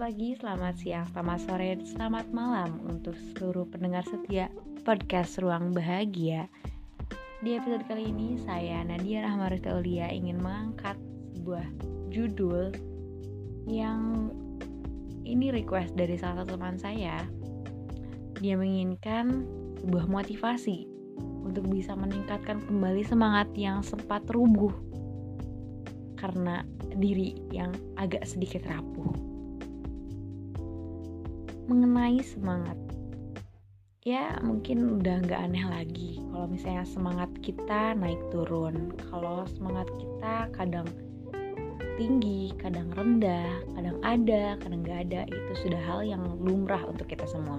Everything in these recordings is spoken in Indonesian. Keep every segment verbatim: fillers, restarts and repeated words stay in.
pagi, selamat siang, selamat sore, selamat malam untuk seluruh pendengar setia podcast Ruang Bahagia. Di episode kali ini, saya Nadia Rahmarita Aulia ingin mengangkat sebuah judul yang ini request dari salah satu teman saya. Dia menginginkan sebuah motivasi untuk bisa meningkatkan kembali semangat yang sempat rubuh karena diri yang agak sedikit rapuh. Mengenai semangat, ya mungkin udah gak aneh lagi kalau misalnya semangat kita naik turun. Kalau semangat kita kadang tinggi, kadang rendah, kadang ada, kadang gak ada, itu sudah hal yang lumrah untuk kita semua.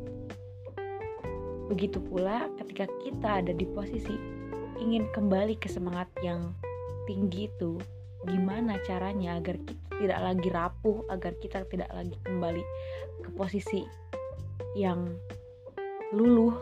Begitu pula ketika kita ada di posisi ingin kembali ke semangat yang tinggi itu, gimana caranya agar kita tidak lagi rapuh, agar kita tidak lagi kembali ke posisi yang luluh.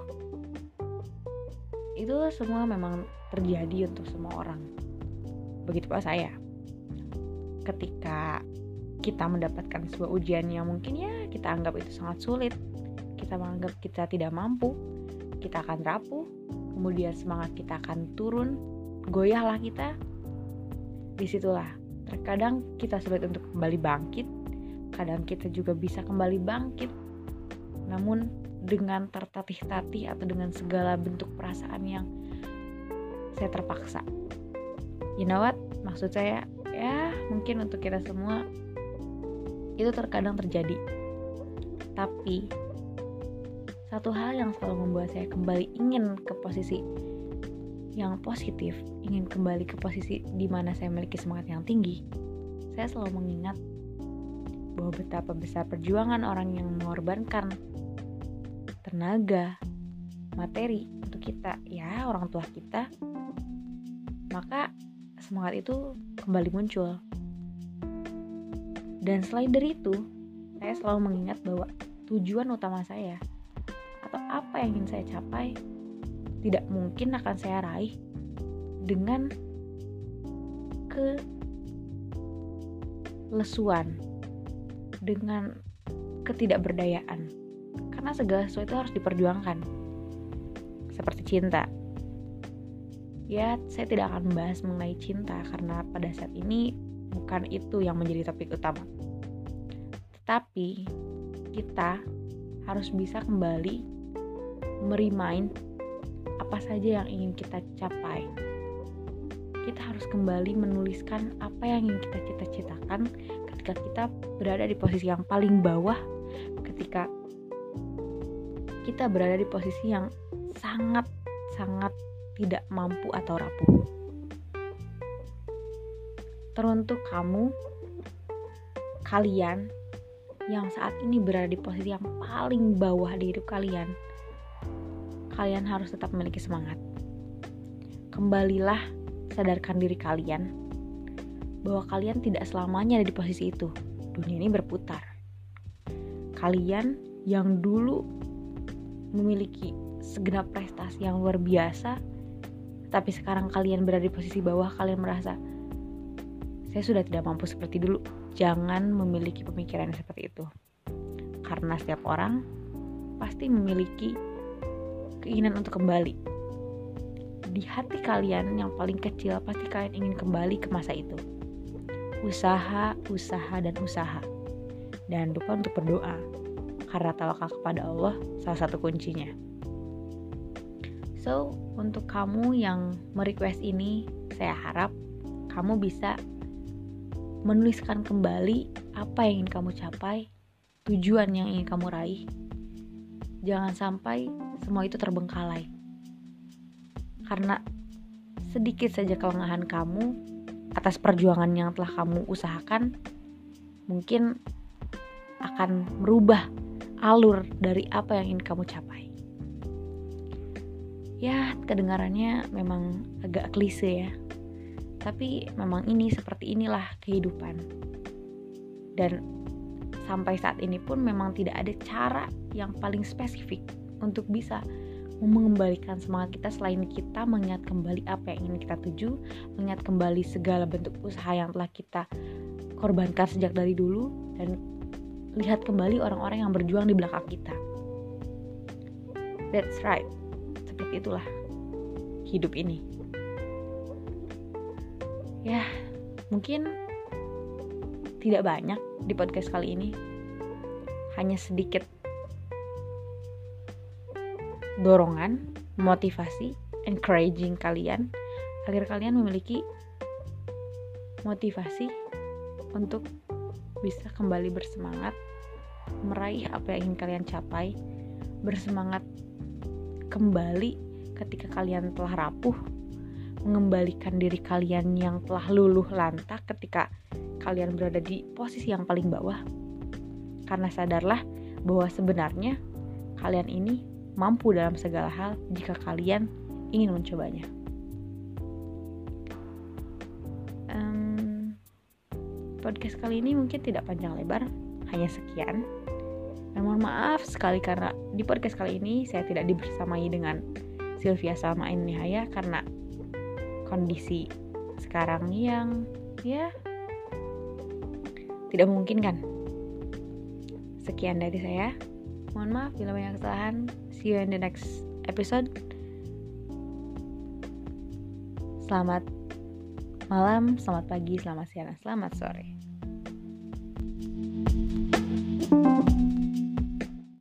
Itu semua memang terjadi untuk semua orang. Begitu pula saya. Ketika kita mendapatkan sebuah ujian yang mungkin ya kita anggap itu sangat sulit, kita menganggap kita tidak mampu, kita akan rapuh, kemudian semangat kita akan turun, goyahlah kita. Disitulah terkadang kita sulit untuk kembali bangkit, kadang kita juga bisa kembali bangkit, namun dengan tertatih-tatih atau dengan segala bentuk perasaan yang saya terpaksa. You know what? Maksud saya, ya mungkin untuk kita semua itu terkadang terjadi. Tapi satu hal yang selalu membuat saya kembali ingin ke posisi yang positif, ingin kembali ke posisi di mana saya memiliki semangat yang tinggi, saya selalu mengingat bahwa betapa besar perjuangan orang yang mengorbankan tenaga, materi untuk kita, ya orang tua kita, maka semangat itu kembali muncul. Dan selain dari itu, saya selalu mengingat bahwa tujuan utama saya atau apa yang ingin saya capai tidak mungkin akan saya raih dengan kelesuan, dengan ketidakberdayaan. Karena segala sesuatu harus diperjuangkan. Seperti cinta. Ya, saya tidak akan membahas mengenai cinta karena pada saat ini bukan itu yang menjadi topik utama. Tetapi kita harus bisa kembali merimain apa saja yang ingin kita capai. Kita harus kembali menuliskan apa yang ingin kita cita-citakan ketika kita berada di posisi yang paling bawah, ketika kita berada di posisi yang sangat-sangat tidak mampu atau rapuh. Teruntuk kamu, kalian yang saat ini berada di posisi yang paling bawah di hidup kalian, kalian harus tetap memiliki semangat. Kembalilah sadarkan diri kalian bahwa kalian tidak selamanya ada di posisi itu. Dunia ini berputar. Kalian yang dulu memiliki segenap prestasi yang luar biasa, tapi sekarang kalian berada di posisi bawah, kalian merasa saya sudah tidak mampu seperti dulu. Jangan memiliki pemikiran seperti itu. Karena setiap orang pasti memiliki keinginan untuk kembali. Di hati kalian yang paling kecil pasti kalian ingin kembali ke masa itu. Usaha, usaha, dan usaha. Dan lupa untuk berdoa, karena tawakal kepada Allah salah satu kuncinya. So, untuk kamu yang merequest ini, saya harap kamu bisa menuliskan kembali apa yang ingin kamu capai, tujuan yang ingin kamu raih. Jangan sampai semua itu terbengkalai. Karena sedikit saja kelengahan kamu atas perjuangan yang telah kamu usahakan, mungkin akan merubah alur dari apa yang ingin kamu capai. Ya, kedengarannya memang agak klise ya. Tapi memang ini seperti inilah kehidupan. Dan sampai saat ini pun memang tidak ada cara yang paling spesifik untuk bisa mengembalikan semangat kita selain kita mengingat kembali apa yang ingin kita tuju, mengingat kembali segala bentuk usaha yang telah kita korbankan sejak dari dulu, dan lihat kembali orang-orang yang berjuang di belakang kita. That's right. Seperti itulah hidup ini. Ya, mungkin tidak banyak di podcast kali ini. Hanya sedikit dorongan, motivasi, encouraging kalian agar kalian memiliki motivasi untuk bisa kembali bersemangat, meraih apa yang ingin kalian capai, bersemangat kembali ketika kalian telah rapuh, mengembalikan diri kalian yang telah luluh lantak ketika kalian berada di posisi yang paling bawah. Karena sadarlah bahwa sebenarnya kalian ini mampu dalam segala hal jika kalian ingin mencobanya. Um, podcast kali ini mungkin tidak panjang lebar, hanya sekian. Dan mohon maaf sekali karena di podcast kali ini saya tidak dibersamai dengan Sylvia Salma Ain Nihaya karena kondisi sekarang yang ya tidak memungkinkan. Sekian dari saya. Mohon maaf bila banyak kesalahan. See you in the next episode. Selamat malam, selamat pagi, selamat siang, selamat sore.